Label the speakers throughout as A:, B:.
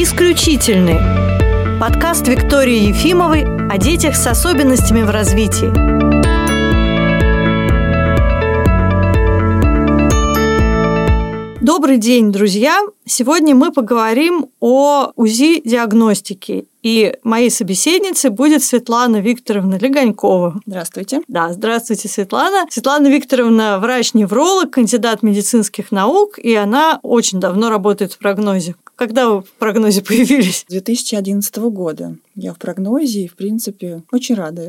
A: Исключительный. Подкаст Виктории Ефимовой о детях с особенностями в развитии. Добрый день, друзья! Сегодня мы поговорим о УЗИ-диагностике. И моей собеседницей будет Светлана Викторовна Легонькова.
B: Здравствуйте.
A: Да, здравствуйте, Светлана. Светлана Викторовна – врач-невролог, кандидат медицинских наук, и она очень давно работает в прогнозе. Когда вы в прогнозе появились?
B: С 2011 года. Я в прогнозе и, в принципе, очень рада.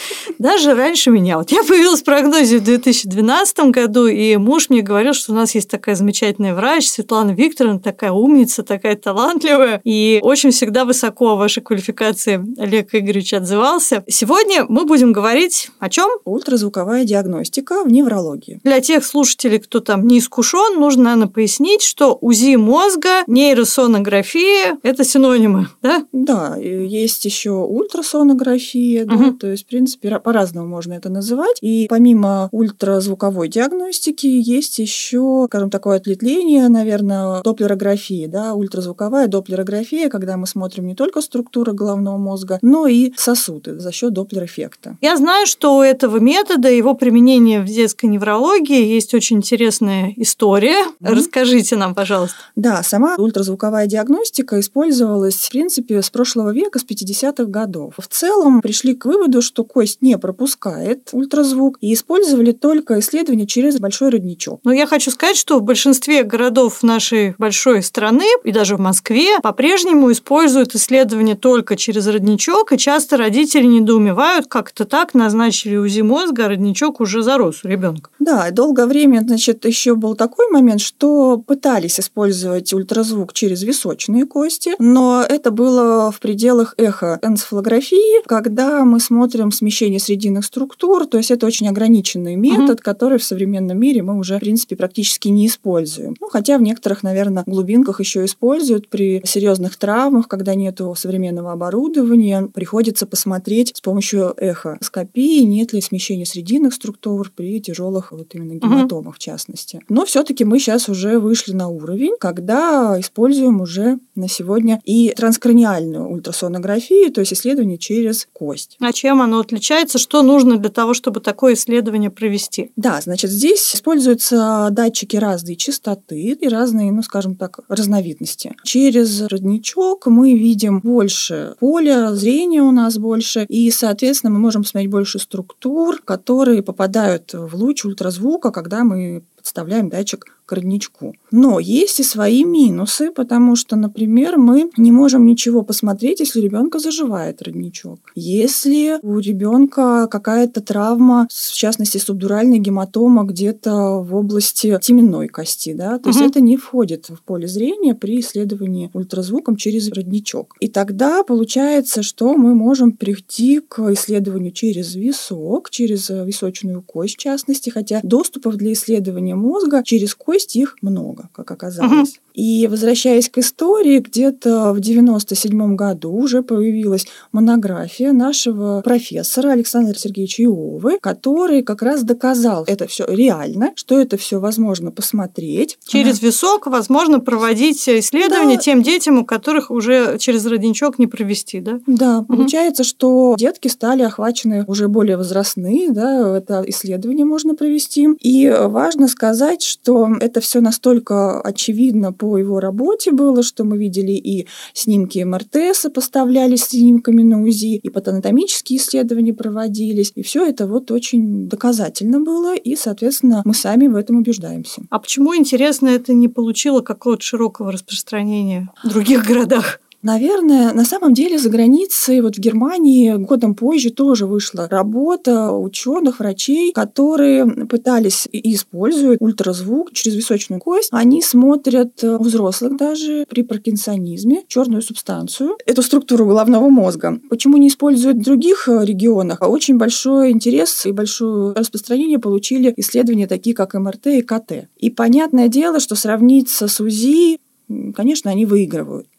A: Даже раньше меня. Вот я появилась в прогнозе в 2012 году, и муж мне говорил, что у нас есть такая замечательная врач, Светлана Викторовна, такая умница, такая талантливая, и очень всегда высоко о вашей квалификации Олег Игоревич отзывался. Сегодня мы будем говорить о чем?
B: Ультразвуковая диагностика в неврологии.
A: Для тех слушателей, кто там не искушен, нужно, наверное, пояснить, что УЗИ мозга, нейросонография – это синонимы, да?
B: Да, есть еще ультрасонография, да, то есть, в принципе, по-разному можно это называть. И помимо ультразвуковой диагностики есть еще, скажем, такое ответвление, наверное, доплерографии, да, ультразвуковая доплерография, когда мы смотрим не только структуру головного мозга, но и сосуды за счет доплер-эффекта.
A: Я знаю, что у этого метода, его применения в детской неврологии есть очень интересная история. Расскажите нам, пожалуйста.
B: Да, сама ультразвуковая диагностика использовалась, в принципе, с прошлого века, с 50-х годов. В целом пришли к выводу, что кость не пропускает ультразвук, и использовали только исследования через большой родничок.
A: Но я хочу сказать, что в большинстве городов нашей большой страны, и даже в Москве, по-прежнему используют исследования только через родничок, и часто родители недоумевают, как это так, назначили УЗИ мозга, а родничок уже зарос у ребенка.
B: Да, и долгое время, еще был такой момент, что пытались использовать ультразвук через височные кости, но это было в пределах эхоэнцефалографии, когда мы смотрим смещение срединных структур, то есть это очень ограниченный метод, который в современном мире мы уже, в принципе, практически не используем. Хотя в некоторых, наверное, глубинках еще используют при серьезных травмах, когда нету современного оборудования, приходится посмотреть с помощью эхоскопии, нет ли смещения срединных структур при тяжелых именно гематомах в частности. Но все-таки мы сейчас уже вышли на уровень, когда используем уже на сегодня и транскраниальную ультрасонографию, то есть исследование через кость.
A: А чем оно отличается? Что нужно для того, чтобы такое исследование провести?
B: Да, здесь используются датчики разной частоты и разные, скажем так, разновидности. Через родничок мы видим больше поля, зрения у нас больше, и, соответственно, мы можем смотреть больше структур, которые попадают в луч ультразвука, когда мы подставляем датчик к родничку. Но есть и свои минусы, потому что, например, мы не можем ничего посмотреть, если у ребенка заживает родничок. Если у ребенка какая-то травма, в частности, субдуральная гематома где-то в области теменной кости, да, то есть это не входит в поле зрения при исследовании ультразвуком через родничок. И тогда получается, что мы можем прийти к исследованию через висок, через височную кость, в частности, хотя доступов для исследования мозга через кость их много, как оказалось. И возвращаясь к истории, где-то в 1997 году уже появилась монография нашего профессора Александра Сергеевича Иовы, который как раз доказал, это все реально, что это все возможно посмотреть.
A: Через висок возможно проводить исследования тем детям, у которых уже через родничок не провести, да?
B: Да, получается, что детки стали охвачены уже более возрастные, да, это исследование можно провести. И важно сказать, что это все настолько очевидно по его работе было, что мы видели и снимки МРТ сопоставлялись с снимками на УЗИ, и патоанатомические исследования проводились, и все это очень доказательно было, и, соответственно, мы сами в этом убеждаемся.
A: А почему, интересно, это не получило какого-то широкого распространения в других городах?
B: Наверное, на самом деле за границей, в Германии годом позже тоже вышла работа ученых, врачей, которые пытались и используют ультразвук через височную кость. Они смотрят у взрослых даже при паркинсонизме черную субстанцию, эту структуру головного мозга. Почему не используют в других регионах? Очень большой интерес и большое распространение получили исследования такие, как МРТ и КТ. И понятное дело, что сравниться с УЗИ, конечно, они выигрывают.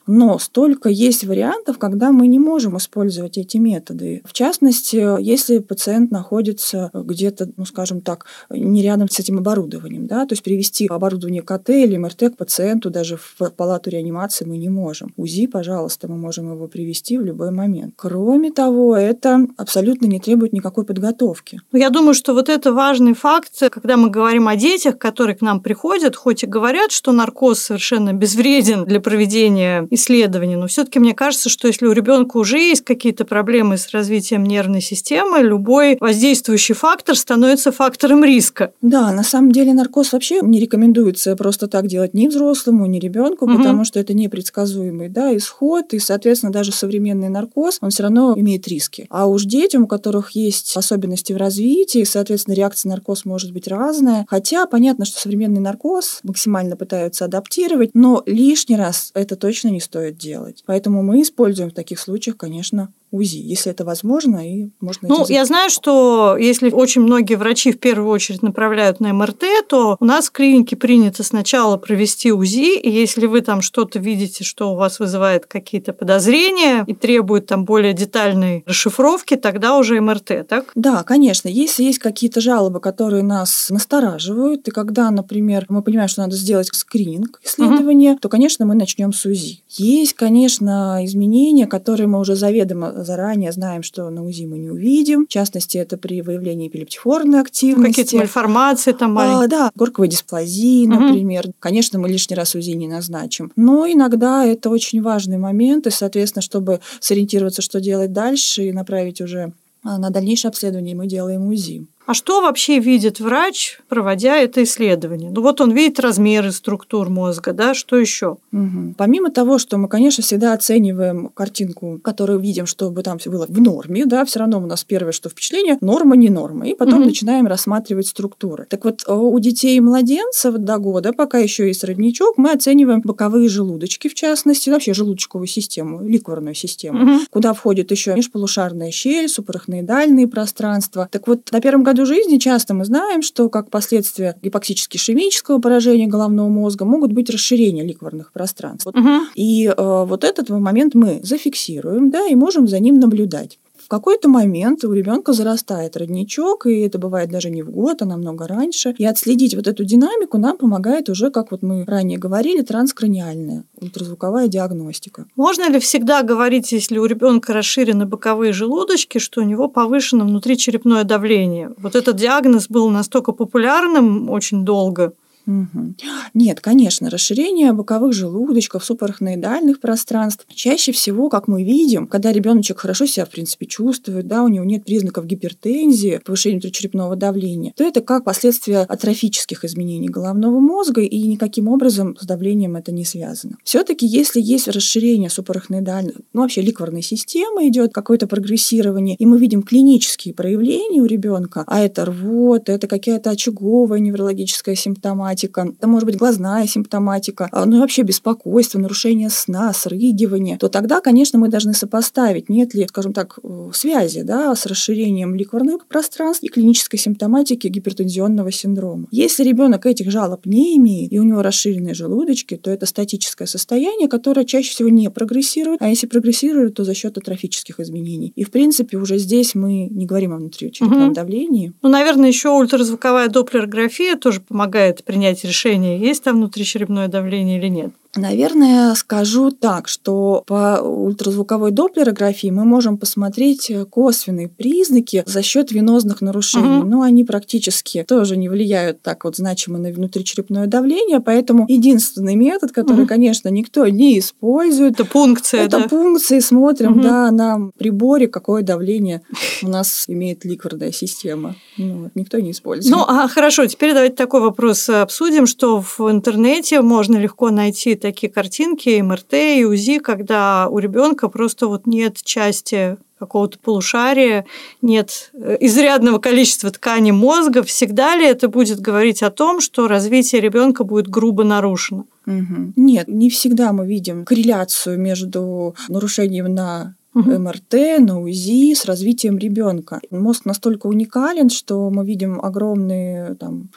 B: Но столько есть вариантов, когда мы не можем использовать эти методы. В частности, если пациент находится где-то, скажем так, не рядом с этим оборудованием, да, то есть привести оборудование КТ или МРТ к пациенту даже в палату реанимации мы не можем. УЗИ, пожалуйста, мы можем его привести в любой момент. Кроме того, это абсолютно не требует никакой подготовки.
A: Я думаю, что вот это важный факт, когда мы говорим о детях, которые к нам приходят, хоть и говорят, что наркоз совершенно безвреден для проведения исследований, но все-таки мне кажется, что если у ребенка уже есть какие-то проблемы с развитием нервной системы, любой воздействующий фактор становится фактором риска.
B: Да, на самом деле наркоз вообще не рекомендуется просто так делать ни взрослому, ни ребенку, потому что это непредсказуемый, да, исход, и, соответственно, даже современный наркоз, он все равно имеет риски. А уж детям, у которых есть особенности в развитии, соответственно, реакция на наркоз может быть разная. Хотя понятно, что современный наркоз максимально пытаются адаптировать, но лишний раз это точно не стоит делать. Поэтому мы используем в таких случаях, конечно, УЗИ, если это возможно, и можно...
A: Я знаю, что если очень многие врачи в первую очередь направляют на МРТ, то у нас в клинике принято сначала провести УЗИ, и если вы там что-то видите, что у вас вызывает какие-то подозрения и требует там более детальной расшифровки, тогда уже МРТ, так?
B: Да, конечно. Если есть какие-то жалобы, которые нас настораживают, и когда, например, мы понимаем, что надо сделать скрининг исследования, то, конечно, мы начнем с УЗИ. Есть, конечно, изменения, которые мы уже заведомо заранее знаем, что на УЗИ мы не увидим. В частности, это при выявлении эпилептифорной активности.
A: Какие-то мальформации там маленькие.
B: Да, горковой дисплазии, например. Конечно, мы лишний раз УЗИ не назначим. Но иногда это очень важный момент, и, соответственно, чтобы сориентироваться, что делать дальше, и направить уже на дальнейшее обследование, мы делаем УЗИ.
A: А что вообще видит врач, проводя это исследование? Вот он видит размеры структур мозга, да, что еще?
B: Помимо того, что мы, конечно, всегда оцениваем картинку, которую видим, чтобы там все было в норме, да, все равно у нас первое, что впечатление, норма, не норма, и потом начинаем рассматривать структуры. Так вот, у детей и младенцев до года, пока еще есть родничок, мы оцениваем боковые желудочки, в частности, вообще желудочковую систему, ликворную систему, куда входит еще межполушарная щель, супрахноидальные пространства. Так вот, на первом году жизни часто мы знаем, что как последствия гипоксически-ишемического поражения головного мозга могут быть расширения ликворных пространств. И вот этот момент мы зафиксируем, да, и можем за ним наблюдать. В какой-то момент у ребенка зарастает родничок, и это бывает даже не в год, а намного раньше. И отследить вот эту динамику нам помогает уже, как вот мы ранее говорили, транскраниальная ультразвуковая диагностика.
A: Можно ли всегда говорить, если у ребенка расширены боковые желудочки, что у него повышено внутричерепное давление? Вот этот диагноз был настолько популярным очень долго.
B: Нет, конечно, расширение боковых желудочков, супрахноидальных пространств чаще всего, как мы видим, когда ребеночек хорошо себя, в принципе, чувствует, да, у него нет признаков гипертензии, повышения внутричерепного давления, то это как последствия атрофических изменений головного мозга, и никаким образом с давлением это не связано. Все-таки, если есть расширение супрахноидальной, вообще ликворной системы идет какое-то прогрессирование, и мы видим клинические проявления у ребенка, а это рвота, это какая-то очаговая неврологическая симптоматика, это может быть глазная симптоматика, ну и вообще беспокойство, нарушение сна, срыгивание, то тогда, конечно, мы должны сопоставить, нет ли, скажем так, связи, да, с расширением ликворных пространств и клинической симптоматики гипертензионного синдрома. Если ребенок этих жалоб не имеет, и у него расширенные желудочки, то это статическое состояние, которое чаще всего не прогрессирует, а если прогрессирует, то за счет атрофических изменений. И, в принципе, уже здесь мы не говорим о внутричерепном давлении.
A: Ну, наверное, еще ультразвуковая доплерография тоже помогает принять решение, есть там внутричерепное давление или нет.
B: Наверное, скажу так, что по ультразвуковой доплерографии мы можем посмотреть косвенные признаки за счет венозных нарушений, но они практически тоже не влияют так вот значимо на внутричерепное давление, поэтому единственный метод, который, конечно, никто не использует,
A: это пункция,
B: это пункции, смотрим, да, на приборе, какое давление у нас имеет ликворная система. Никто не использует.
A: Хорошо, теперь давайте такой вопрос обсудим, что в интернете можно легко найти такие картинки, МРТ и УЗИ, когда у ребенка просто вот нет части какого-то полушария, нет изрядного количества ткани мозга. Всегда ли это будет говорить о том, что развитие ребенка будет грубо нарушено?
B: Нет, не всегда мы видим корреляцию между нарушением на МРТ, на УЗИ с развитием ребенка. Мозг настолько уникален, что мы видим огромные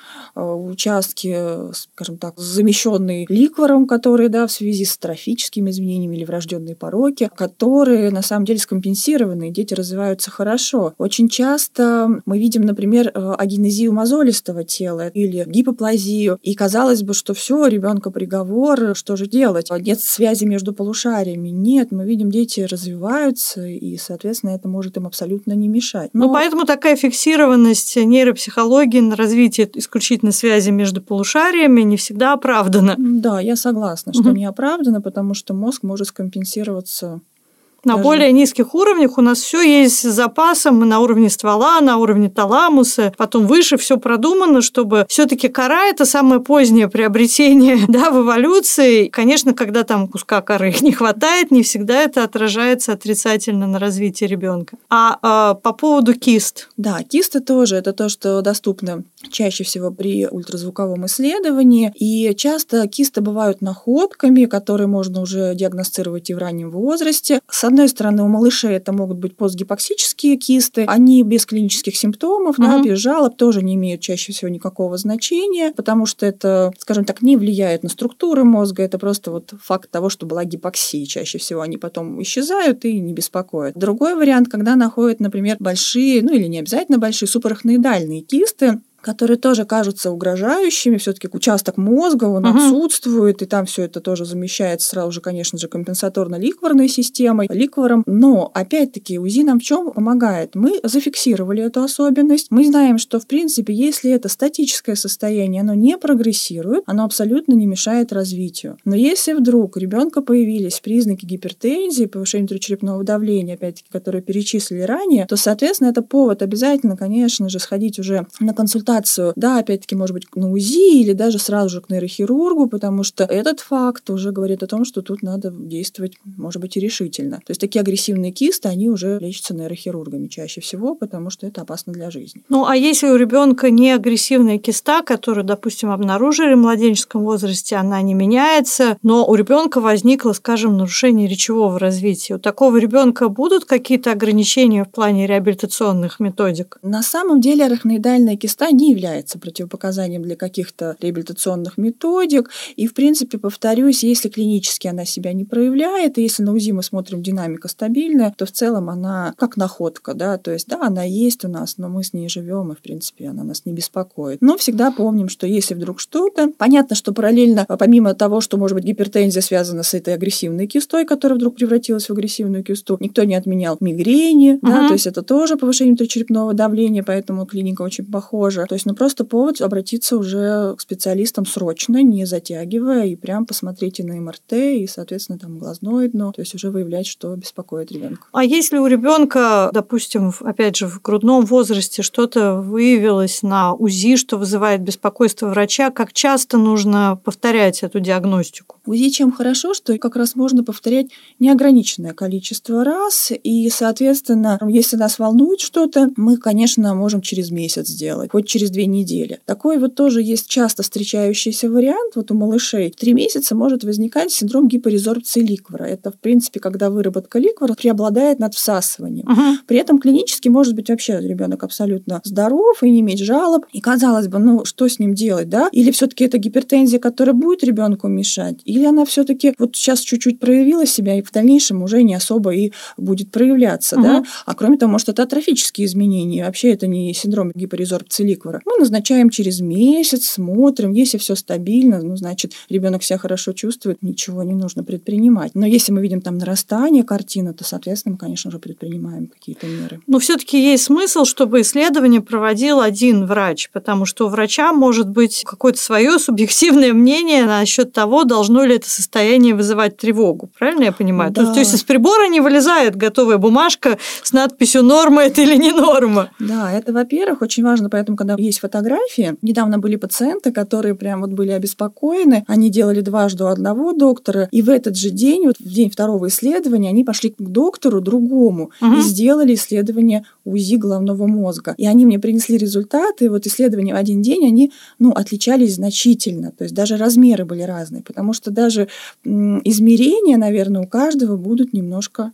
B: участки, скажем так, замещенные ликвором, которые, в связи с трофическими изменениями или врожденные пороки, которые на самом деле скомпенсированы, и дети развиваются хорошо. Очень часто мы видим, например, агенезию мозолистого тела или гипоплазию, и казалось бы, что все, ребенка приговор, что же делать? Нет связи между полушариями. Нет, мы видим, дети развиваются, и, соответственно, это может им абсолютно не мешать.
A: Поэтому такая фиксированность нейропсихологии на развитие исключительно связи между полушариями не всегда оправдана.
B: Да, я согласна, что не оправдано, потому что мозг может скомпенсироваться.
A: На более низких уровнях у нас все есть с запасом, на уровне ствола, на уровне таламуса, потом выше все продумано, чтобы все-таки кора – это самое позднее приобретение в эволюции. Конечно, когда там куска коры не хватает, не всегда это отражается отрицательно на развитии ребенка. А по поводу кист?
B: Да, кисты тоже – это то, что доступно чаще всего при ультразвуковом исследовании. И часто кисты бывают находками, которые можно уже диагностировать и в раннем возрасте. С одной стороны, у малышей это могут быть постгипоксические кисты, они без клинических симптомов, без жалоб, тоже не имеют чаще всего никакого значения, потому что это, скажем так, не влияет на структуры мозга, это просто факт того, что была гипоксия. Чаще всего они потом исчезают и не беспокоят. Другой вариант, когда находят, например, большие, или не обязательно большие, супрахноидальные кисты, которые тоже кажутся угрожающими, все-таки участок мозга, он отсутствует, и там все это тоже замещается сразу же, конечно же, компенсаторно-ликворной системой, ликвором. Но, опять-таки, УЗИ нам в чем помогает? Мы зафиксировали эту особенность, мы знаем, что, в принципе, если это статическое состояние, оно не прогрессирует, оно абсолютно не мешает развитию. Но если вдруг у ребенка появились признаки гипертензии, повышения внутричерепного давления, опять-таки, которые перечислили ранее, то, соответственно, это повод обязательно, конечно же, сходить уже на консультацию, опять-таки, может быть, на УЗИ или даже сразу же к нейрохирургу, потому что этот факт уже говорит о том, что тут надо действовать, может быть, и решительно. То есть такие агрессивные кисты, они уже лечатся нейрохирургами чаще всего, потому что это опасно для жизни.
A: А если у ребенка не агрессивная киста, которую, допустим, обнаружили в младенческом возрасте, она не меняется, но у ребенка возникло, скажем, нарушение речевого развития, у такого ребенка будут какие-то ограничения в плане реабилитационных методик?
B: На самом деле арахноидальная киста не является противопоказанием для каких-то реабилитационных методик. И, в принципе, повторюсь, если клинически она себя не проявляет, и если на УЗИ мы смотрим, динамика стабильная, то в целом она как находка, то есть, она есть у нас, но мы с ней живем, и, в принципе, она нас не беспокоит. Но всегда помним, что если вдруг что-то, понятно, что параллельно, помимо того, что, может быть, гипертензия связана с этой агрессивной кистой, которая вдруг превратилась в агрессивную кисту, никто не отменял мигрени, то есть это тоже повышение внутричерепного давления, поэтому клиника очень похожа. То есть, просто повод обратиться уже к специалистам срочно, не затягивая, и прям посмотрите на МРТ, и, соответственно, там глазное дно, то есть уже выявлять, что беспокоит ребенка.
A: А если у ребенка, допустим, опять же, в грудном возрасте что-то выявилось на УЗИ, что вызывает беспокойство врача, как часто нужно повторять эту диагностику?
B: УЗИ чем хорошо, что как раз можно повторять неограниченное количество раз, и, соответственно, если нас волнует что-то, мы, конечно, можем через месяц сделать, хоть через 2 недели. Такой тоже есть часто встречающийся вариант. У малышей в 3 месяца может возникать синдром гиперезорбции ликвора. Это, в принципе, когда выработка ликвора преобладает над всасыванием. При этом клинически может быть вообще ребенок абсолютно здоров и не иметь жалоб. И казалось бы, что с ним делать, Или все-таки это гипертензия, которая будет ребенку мешать, или она все-таки сейчас чуть-чуть проявила себя и в дальнейшем уже не особо и будет проявляться, А кроме того, может, это атрофические изменения. Вообще это не синдром гиперезорбции ликвора. Мы назначаем через месяц, смотрим, если все стабильно, значит, ребенок себя хорошо чувствует, ничего не нужно предпринимать. Но если мы видим там нарастание картины, то, соответственно, мы, конечно же, предпринимаем какие-то меры.
A: Но все-таки есть смысл, чтобы исследование проводил один врач, потому что у врача может быть какое-то свое субъективное мнение насчет того, должно ли это состояние вызывать тревогу. Правильно я понимаю?
B: Да.
A: То есть из прибора не вылезает готовая бумажка с надписью «норма это или не норма».
B: Да, это, во-первых, очень важно, поэтому, когда есть фотографии, недавно были пациенты, которые прям были обеспокоены, они делали дважды у одного доктора, и в этот же день, в день второго исследования, они пошли к доктору другому и сделали исследование УЗИ головного мозга. И они мне принесли результаты, исследования в один день, они, отличались значительно, то есть даже размеры были разные, потому что даже измерения, наверное, у каждого будут немножко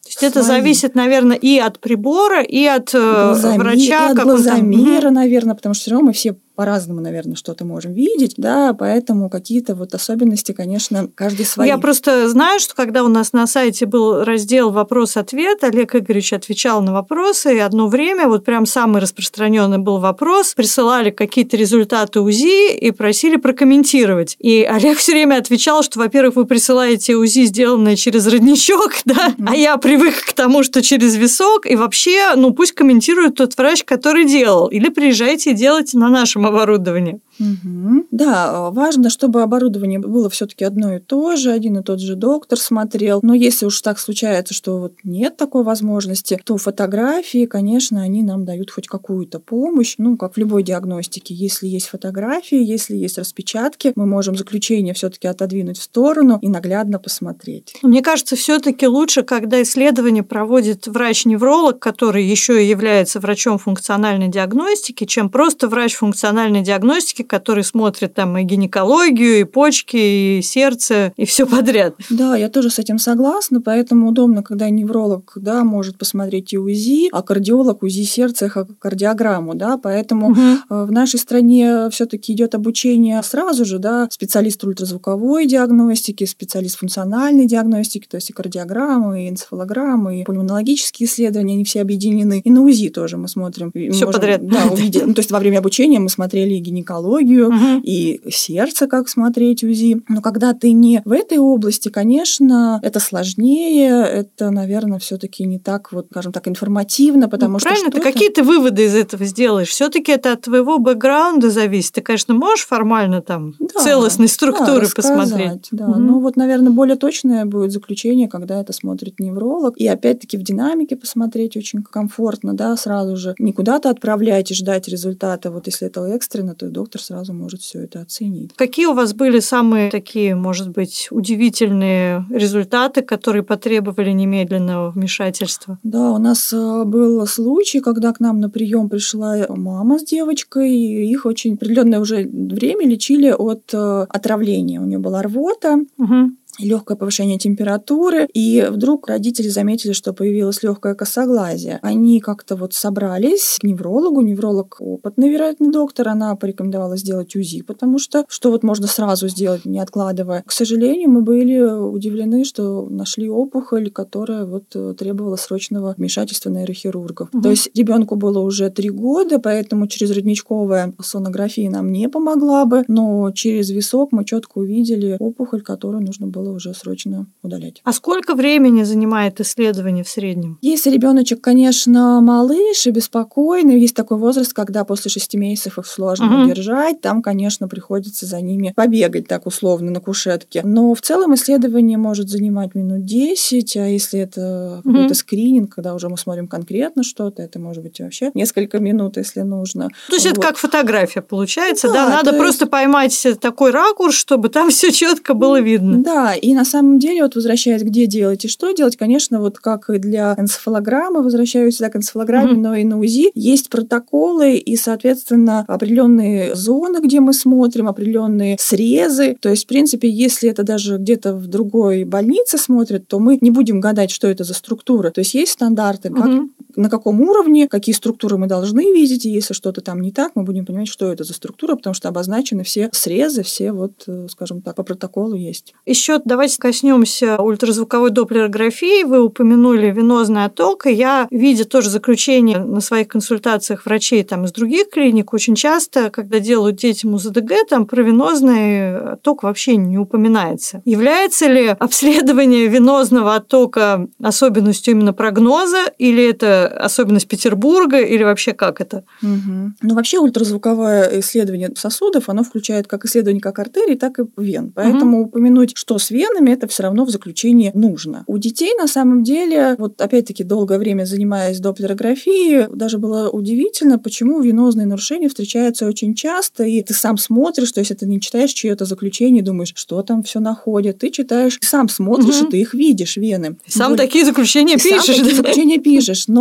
A: То есть это зависит, наверное, и от прибора, и от врача.
B: И от глазомера, наверное, потому что все равно мы все по-разному, наверное, что-то можем видеть, да, поэтому какие-то вот особенности, конечно, каждый свои.
A: Я просто знаю, что когда у нас на сайте был раздел «Вопрос-ответ», Олег Игоревич отвечал на вопросы, и одно время, вот прям самый распространенный был вопрос, присылали какие-то результаты УЗИ и просили прокомментировать. И Олег все время отвечал, что, во-первых, вы присылаете УЗИ, сделанное через родничок, да, а я привык к тому, что через висок, и вообще, пусть комментирует тот врач, который делал, или приезжайте и делайте на нашем оборудовании.
B: Да, важно, чтобы оборудование было все-таки одно и то же, один и тот же доктор смотрел. Но если уж так случается, что вот нет такой возможности, то фотографии, конечно, они нам дают хоть какую-то помощь. Как в любой диагностике, если есть фотографии, если есть распечатки, мы можем заключение все-таки отодвинуть в сторону и наглядно посмотреть.
A: Мне кажется, все-таки лучше, когда исследование проводит врач-невролог, который еще и является врачом функциональной диагностики, чем просто врач функциональной диагностики, который смотрит там и гинекологию, и почки, и сердце, и все подряд.
B: Да, я тоже с этим согласна, поэтому удобно, когда невролог, да, может посмотреть и УЗИ, а кардиолог УЗИ сердца, эхокардиограмму, да, поэтому в нашей стране все-таки идет обучение сразу же, да, специалист ультразвуковой диагностики, специалист функциональной диагностики, то есть и кардиограммы, и энцефалограммы, и пульмонологические исследования, они все объединены, и на УЗИ тоже мы смотрим.
A: Все подряд.
B: Да, увидеть. То есть во время обучения мы смотрели и гинекологию, и сердце, как смотреть УЗИ. Но когда ты не в этой области, конечно, это сложнее, это, наверное, все-таки не так, вот, скажем так, информативно, потому что
A: правильно, ты какие ты выводы из этого сделаешь? Все-таки это от твоего бэкграунда зависит. Ты, конечно, можешь формально там целостной структуры посмотреть.
B: Да. Наверное, более точное будет заключение, когда это смотрит невролог. И опять-таки в динамике посмотреть очень комфортно, да, сразу же. Не куда-то отправлять и ждать результата. Вот если это экстренно, то доктор сразу может все это оценить.
A: Какие у вас были самые такие, может быть, удивительные результаты, которые потребовали немедленного вмешательства?
B: Да, у нас был случай, когда к нам на прием пришла мама с девочкой, и их очень определенное уже время лечили от отравления. У нее была рвота. Легкое повышение температуры, и вдруг родители заметили, что появилось легкое косоглазие. Они как-то вот собрались к неврологу. Невролог опытный, вероятно, доктор. Она порекомендовала сделать УЗИ, потому что вот можно сразу сделать, не откладывая. К сожалению, мы были удивлены, что нашли опухоль, которая требовала срочного вмешательства нейрохирургов. То есть ребенку было уже 3 года, поэтому через родничковая сонография нам не помогла бы, но через висок мы четко увидели опухоль, которую нужно было уже срочно удалять.
A: А сколько времени занимает исследование в среднем?
B: Если ребеночек, конечно, малыш и беспокойный, есть такой возраст, когда после 6 месяцев их сложно удержать, там, конечно, приходится за ними побегать так условно на кушетке. Но в целом исследование может занимать минут 10, а если это какой-то скрининг, когда уже мы смотрим конкретно что-то, это может быть вообще несколько минут, если нужно.
A: То есть это как фотография получается, да? Надо просто поймать такой ракурс, чтобы там все четко было видно.
B: Да, и на самом деле, возвращаясь, где делать и что делать, конечно, как и для энцефалограммы, возвращаюсь всегда к энцефалограмме, но и на УЗИ, есть протоколы и, соответственно, определенные зоны, где мы смотрим, определенные срезы. То есть, в принципе, если это даже где-то в другой больнице смотрят, то мы не будем гадать, что это за структура. То есть, есть стандарты, на каком уровне, какие структуры мы должны видеть, и если что-то там не так, мы будем понимать, что это за структура, потому что обозначены все срезы, все скажем так, по протоколу есть.
A: Еще давайте коснемся ультразвуковой доплерографии. Вы упомянули венозный отток, и я, видя тоже заключение на своих консультациях врачей из других клиник, очень часто, когда делают детям УЗДГ, там про венозный отток вообще не упоминается. Является ли обследование венозного оттока особенностью именно прогноза, или это особенность Петербурга, или вообще как это?
B: Вообще ультразвуковое исследование сосудов, оно включает как исследование как артерий, так и вен. Поэтому упомянуть, что с венами, это все равно в заключении нужно. У детей, на самом деле, опять-таки, долгое время занимаясь доплерографией, даже было удивительно, почему венозные нарушения встречаются очень часто, и ты сам смотришь, то есть это не читаешь чье-то заключение, думаешь, что там все находит, ты читаешь, сам смотришь, и ты их видишь, вены.
A: Сам такие заключения пишешь.
B: Сам такие заключения пишешь, но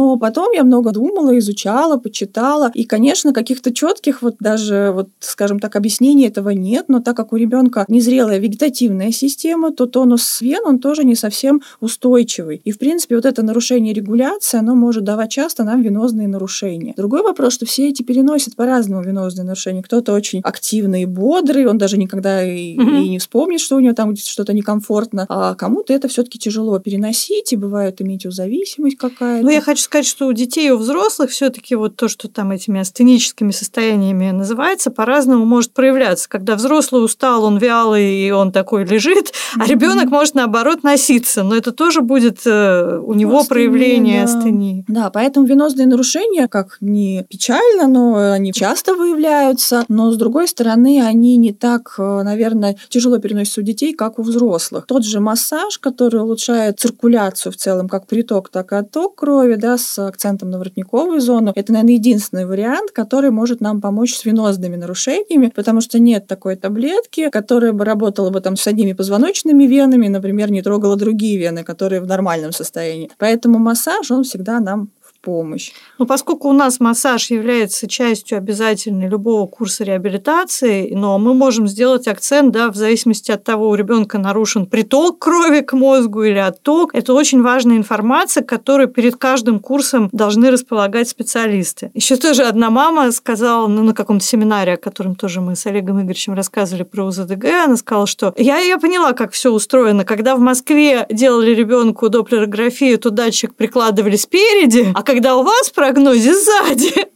B: Но потом я много думала, изучала, почитала. И, конечно, каких-то четких даже, скажем так, объяснений этого нет. Но так как у ребенка незрелая вегетативная система, то тонус вен, он тоже не совсем устойчивый. И, в принципе, это нарушение регуляции, оно может давать часто нам венозные нарушения. Другой вопрос, что все эти переносят по-разному венозные нарушения. Кто-то очень активный и бодрый, он даже никогда и не вспомнит, что у него там что-то некомфортно. А кому-то это все-таки тяжело переносить, и бывает метеозависимость какая-то.
A: Ну, я хочу сказать, что у детей и у взрослых все-таки то, что там этими астеническими состояниями называется, по-разному может проявляться. Когда взрослый устал, он вялый, и он такой лежит, а ребенок может, наоборот, носиться. Но это тоже будет у него проявление астении.
B: Да, поэтому венозные нарушения, как ни печально, но они часто выявляются. Но, с другой стороны, они не так, наверное, тяжело переносятся у детей, как у взрослых. Тот же массаж, который улучшает циркуляцию в целом, как приток, так и отток крови, да, с акцентом на воротниковую зону, это, наверное, единственный вариант, который может нам помочь с венозными нарушениями, потому что нет такой таблетки, которая бы работала бы там с одними позвоночными венами, например, не трогала другие вены, которые в нормальном состоянии. Поэтому массаж, он всегда нам помощь.
A: Но поскольку у нас массаж является частью обязательной любого курса реабилитации, но мы можем сделать акцент, да, в зависимости от того, у ребенка нарушен приток крови к мозгу или отток. Это очень важная информация, которую перед каждым курсом должны располагать специалисты. Еще тоже одна мама сказала, на каком-то семинаре, о котором тоже мы с Олегом Игоревичем рассказывали про УЗДГ, она сказала, что я поняла, как все устроено. Когда в Москве делали ребенку доплерографию, то датчик прикладывали спереди, а когда у вас в прогнозе сзади.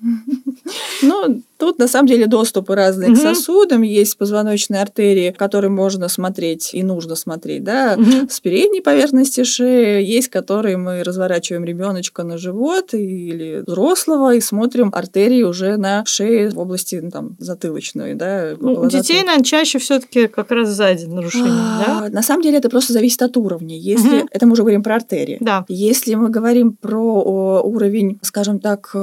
B: Ну, тут на самом деле доступы разные к сосудам. Есть позвоночные артерии, которые можно смотреть и нужно смотреть, да, с передней поверхности шеи. Есть, которые мы разворачиваем ребеночка на живот или взрослого и смотрим артерии уже на шее в области затылочной, да.
A: У детей, наверное, чаще все-таки как раз сзади нарушение, да?
B: На самом деле это просто зависит от уровня. Если это мы уже говорим про артерии.
A: Да.
B: Если мы говорим про уровень, скажем так,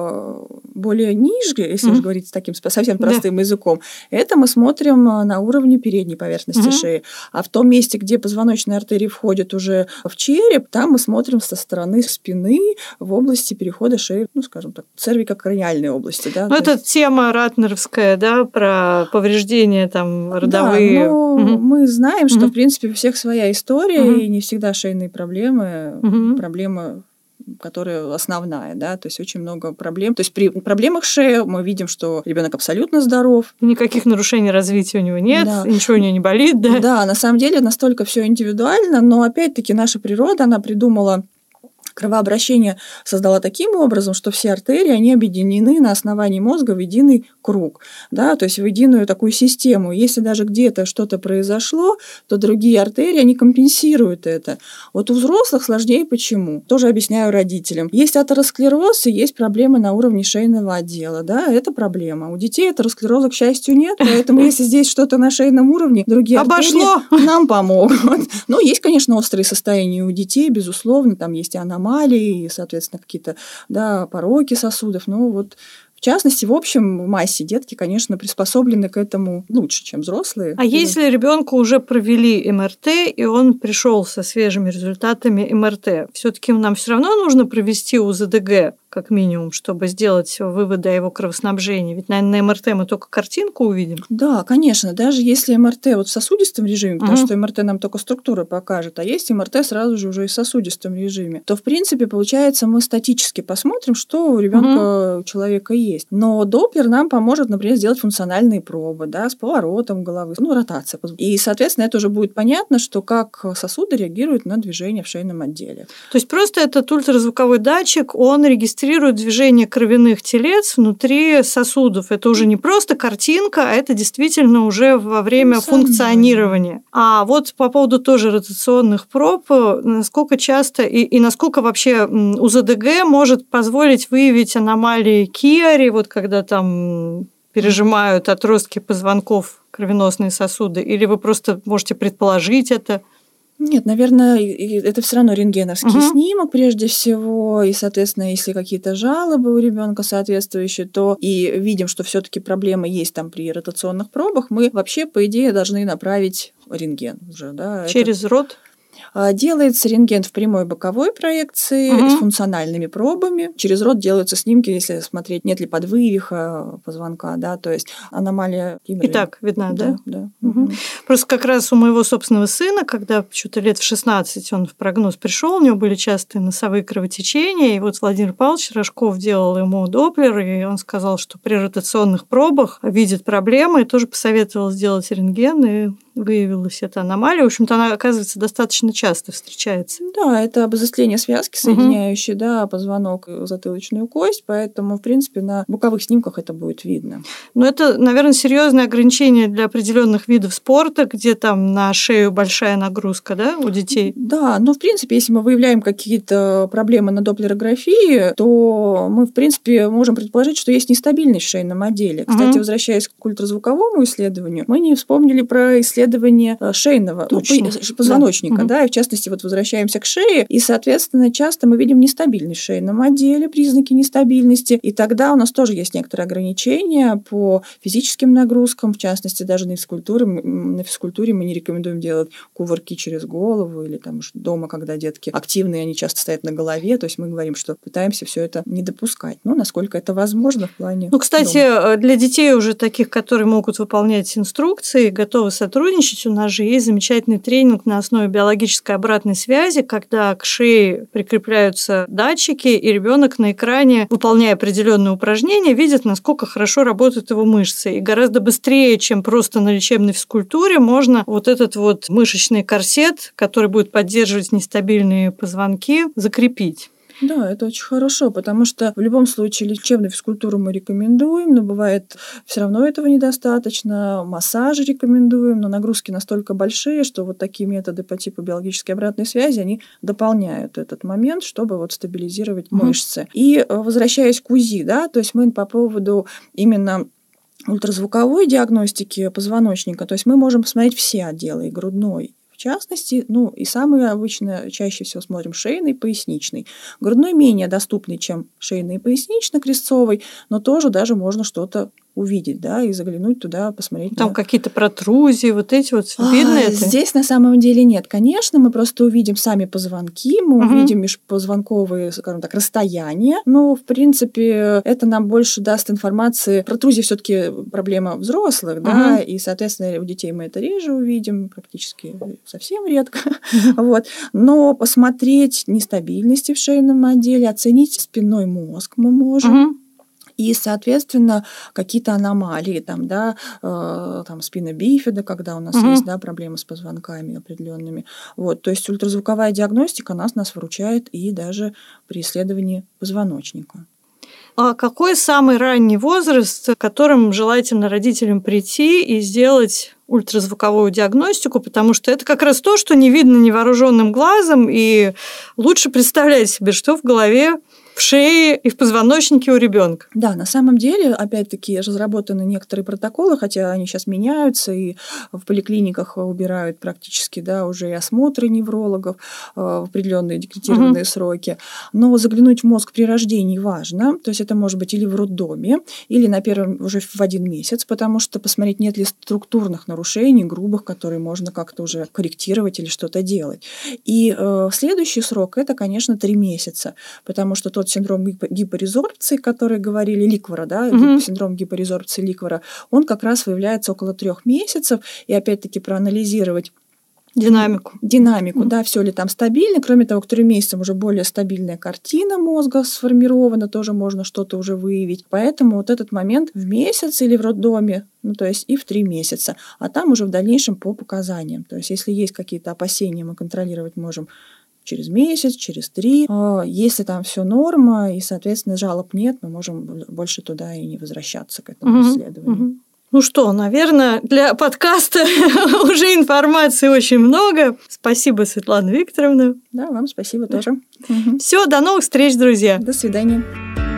B: более ниже, если уж говорить таким совсем простым языком, это мы смотрим на уровне передней поверхности шеи. А в том месте, где позвоночные артерии входят уже в череп, там мы смотрим со стороны спины в области перехода шеи, скажем так, цервикокраниальной области. Да?
A: Это тема ратнеровская, да, про повреждения родовые.
B: Да, мы знаем, что, в принципе, у всех своя история, и не всегда шейные проблемы, проблемы, которая основная, да, то есть очень много проблем. То есть при проблемах шеи мы видим, что ребенок абсолютно здоров.
A: Никаких нарушений развития у него нет, ничего у него не болит, да?
B: Да, на самом деле настолько все индивидуально, но опять-таки наша природа, она придумала кровообращение, создала таким образом, что все артерии, они объединены на основании мозга в единый круг, да, то есть в единую такую систему. Если даже где-то что-то произошло, то другие артерии, они компенсируют это. У взрослых сложнее почему? Тоже объясняю родителям. Есть атеросклероз и есть проблемы на уровне шейного отдела, да, это проблема. У детей атеросклероза, к счастью, нет, поэтому если здесь что-то на шейном уровне, другие артерии нам помогут. Но есть, конечно, острые состояния у детей, безусловно, там есть и аномалии, и, соответственно, какие-то, да, пороки сосудов. В частности, в общем, в массе детки, конечно, приспособлены к этому лучше, чем взрослые.
A: А если ребенку уже провели МРТ, и он пришел со свежими результатами МРТ, все-таки нам все равно нужно провести УЗДГ, как минимум, чтобы сделать выводы о его кровоснабжении? Ведь, наверное, на МРТ мы только картинку увидим.
B: Да, конечно. Даже если МРТ в сосудистом режиме, потому что МРТ нам только структуру покажет, а есть МРТ сразу же уже и в сосудистом режиме, то, в принципе, получается, мы статически посмотрим, что у ребенка, у человека есть. Но Доплер нам поможет, например, сделать функциональные пробы, да, с поворотом головы, ротация. И, соответственно, это уже будет понятно, что как сосуды реагируют на движение в шейном отделе.
A: То есть просто этот ультразвуковой датчик, он регистрирует движение кровяных телец внутри сосудов. Это уже не просто картинка, а это действительно уже во время функционирования. А по поводу тоже ротационных проб, насколько часто и насколько вообще УЗДГ может позволить выявить аномалии Киари, когда там пережимают отростки позвонков кровеносные сосуды, или вы просто можете предположить это?
B: Нет, наверное, это все равно рентгеновский снимок прежде всего, и, соответственно, если какие-то жалобы у ребенка соответствующие, то и видим, что все-таки проблемы есть там при ротационных пробах, мы вообще, по идее, должны направить рентген уже, да.
A: Через рот?
B: Делается рентген в прямой боковой проекции с функциональными пробами. Через рот делаются снимки, если смотреть, нет ли подвывиха позвонка, да, то есть аномалия Киммера.
A: И так видна, да?
B: Да.
A: Просто как раз у моего собственного сына, когда что-то лет в 16 он в прогноз пришел, у него были частые носовые кровотечения, и вот Владимир Павлович Рожков делал ему доплер, и он сказал, что при ротационных пробах видит проблемы, и тоже посоветовал сделать рентген, и выявилась эта аномалия. В общем-то, она, оказывается, достаточно часто встречается.
B: Да, это обозление связки, соединяющей позвонок и затылочную кость, поэтому, в принципе, на боковых снимках это будет видно.
A: Но это, наверное, серьезное ограничение для определенных видов спорта, где там на шею большая нагрузка, да, у детей?
B: Да, но, в принципе, если мы выявляем какие-то проблемы на доплерографии, то мы, в принципе, можем предположить, что есть нестабильность в шейном отделе. Кстати, возвращаясь к ультразвуковому исследованию, мы не вспомнили про исследование шейного позвоночника, да, и в частности, вот возвращаемся к шее, и, соответственно, часто мы видим нестабильность в шейном отделе, признаки нестабильности, и тогда у нас тоже есть некоторые ограничения по физическим нагрузкам, в частности, даже на физкультуре мы не рекомендуем делать кувырки через голову или там дома, когда детки активные, они часто стоят на голове, то есть мы говорим, что пытаемся все это не допускать, но насколько это возможно в плане
A: кстати,
B: дома.
A: Для детей уже таких, которые могут выполнять инструкции, готовы сотрудничать, у нас же есть замечательный тренинг на основе биологической обратной связи, когда к шее прикрепляются датчики, и ребенок на экране, выполняя определенные упражнения, видит, насколько хорошо работают его мышцы. И гораздо быстрее, чем просто на лечебной физкультуре, можно вот этот вот мышечный корсет, который будет поддерживать нестабильные позвонки, закрепить.
B: Да, это очень хорошо, потому что в любом случае лечебную физкультуру мы рекомендуем, но бывает все равно этого недостаточно, массажи рекомендуем, но нагрузки настолько большие, что вот такие методы по типу биологической обратной связи, они дополняют этот момент, чтобы вот стабилизировать мышцы. И возвращаясь к УЗИ, да, то есть мы по поводу именно ультразвуковой диагностики позвоночника, то есть мы можем посмотреть все отделы, и грудной, в частности, и самые обычно, чаще всего смотрим шейный, поясничный. Грудной менее доступный, чем шейный и пояснично-крестцовый, но тоже даже можно что-то увидеть, да, и заглянуть туда, посмотреть.
A: Там какие-то протрузии, вот эти вот, видно это?
B: Здесь на самом деле нет, конечно, мы просто увидим сами позвонки, мы увидим межпозвонковые, скажем так, расстояния, но, в принципе, это нам больше даст информации. Протрузии все-таки проблема взрослых, да, и, соответственно, у детей мы это реже увидим, практически совсем редко, вот. Но посмотреть нестабильности в шейном отделе, оценить спинной мозг мы можем. И, соответственно, какие-то аномалии, там спина бифида, когда у нас есть, проблемы с позвонками определенными. Вот, то есть ультразвуковая диагностика нас выручает и даже при исследовании позвоночника.
A: А какой самый ранний возраст, к которым желательно родителям прийти и сделать ультразвуковую диагностику, потому что это как раз то, что не видно невооруженным глазом, и лучше представлять себе, что в голове, в шее и в позвоночнике у ребенка.
B: Да, на самом деле, опять-таки, разработаны некоторые протоколы, хотя они сейчас меняются, и в поликлиниках убирают практически, уже и осмотры неврологов в определенные декретированные сроки. Но заглянуть в мозг при рождении важно, то есть это может быть или в роддоме, или на первом уже в 1 месяц, потому что посмотреть, нет ли структурных нарушений, грубых, которые можно как-то уже корректировать или что-то делать. И следующий срок – это, конечно, 3 месяца, потому что тот синдром гипорезорбции, который говорили, ликвора, синдром гипорезорбции ликвора, он как раз выявляется около 3 месяцев, и опять-таки проанализировать Динамику, да, все ли там стабильно. Кроме того, к 3 месяцам уже более стабильная картина мозга сформирована, тоже можно что-то уже выявить. Поэтому вот этот момент в месяц или в роддоме, то есть и в 3 месяца, а там уже в дальнейшем по показаниям. То есть если есть какие-то опасения, мы контролировать можем через месяц, через 3. Если там все норма и, соответственно, жалоб нет, мы можем больше туда и не возвращаться к этому исследованию.
A: Ну что, наверное, для подкаста уже информации очень много. Спасибо, Светлана Викторовна.
B: Да, вам спасибо тоже.
A: Все, до новых встреч, друзья.
B: До свидания.